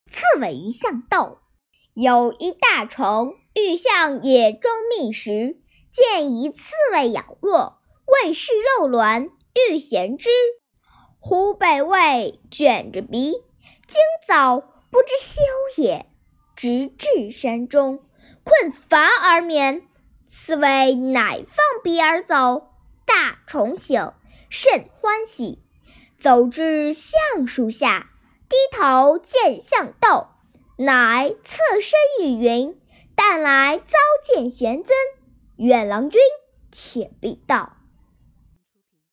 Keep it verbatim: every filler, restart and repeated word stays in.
刺猬与象斗。有一大虫欲向野中觅食，见一刺猬咬落，谓是肉卵，欲衔之。忽被畏卷着鼻，今早不知休也，直至山中，困乏而眠。刺猬乃放鼻而走，大虫醒，甚欢喜，走至橡树下，低头见象斗，乃侧身语云：“但来遭见贤尊，愿郎君且必到。”